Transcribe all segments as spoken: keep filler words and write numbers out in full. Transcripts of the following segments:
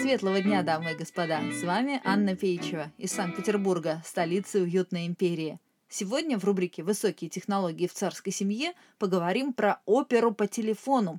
Светлого дня, дамы и господа! С вами Анна Пейчева из Санкт-Петербурга, столицы уютной империи. Сегодня в рубрике «Высокие технологии в царской семье» поговорим про оперу по телефону.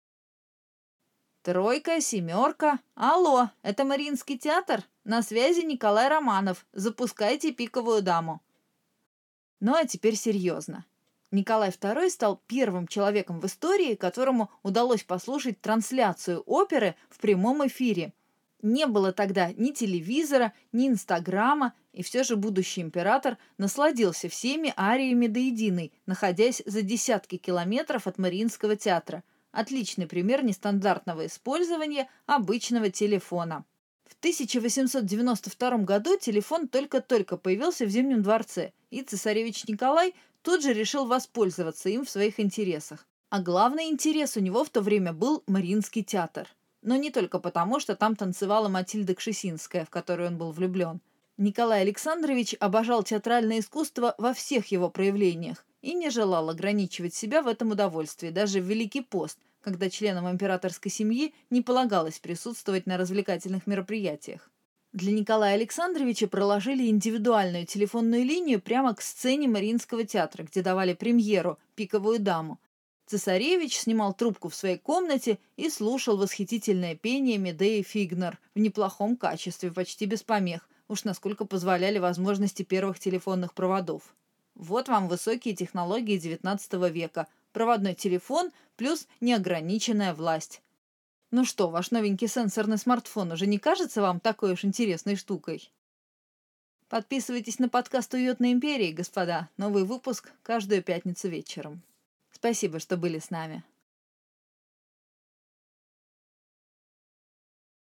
Тройка, семерка. Алло, это Мариинский театр? На связи Николай Романов. Запускайте «Пиковую даму». Ну а теперь серьезно. Николай второй стал первым человеком в истории, которому удалось послушать трансляцию оперы в прямом эфире. Не было тогда ни телевизора, ни инстаграма, и все же будущий император насладился всеми ариями до единой, находясь за десятки километров от Мариинского театра. Отличный пример нестандартного использования обычного телефона. В тысяча восемьсот девяносто втором году телефон только-только появился в Зимнем дворце, и цесаревич Николай тут же решил воспользоваться им в своих интересах. А главный интерес у него в то время был Мариинский театр. Но не только потому, что там танцевала Матильда Кшесинская, в которую он был влюблен. Николай Александрович обожал театральное искусство во всех его проявлениях и не желал ограничивать себя в этом удовольствии, даже в Великий пост, когда членам императорской семьи не полагалось присутствовать на развлекательных мероприятиях. Для Николая Александровича проложили индивидуальную телефонную линию прямо к сцене Мариинского театра, где давали премьеру «Пиковую даму». Цесаревич снимал трубку в своей комнате и слушал восхитительное пение Медеи Фигнер в неплохом качестве, почти без помех, уж насколько позволяли возможности первых телефонных проводов. Вот вам высокие технологии девятнадцатого века, проводной телефон плюс неограниченная власть. Ну что, ваш новенький сенсорный смартфон уже не кажется вам такой уж интересной штукой? Подписывайтесь на подкаст «Уютной империи», господа. Новый выпуск каждую пятницу вечером. Спасибо, что были с нами.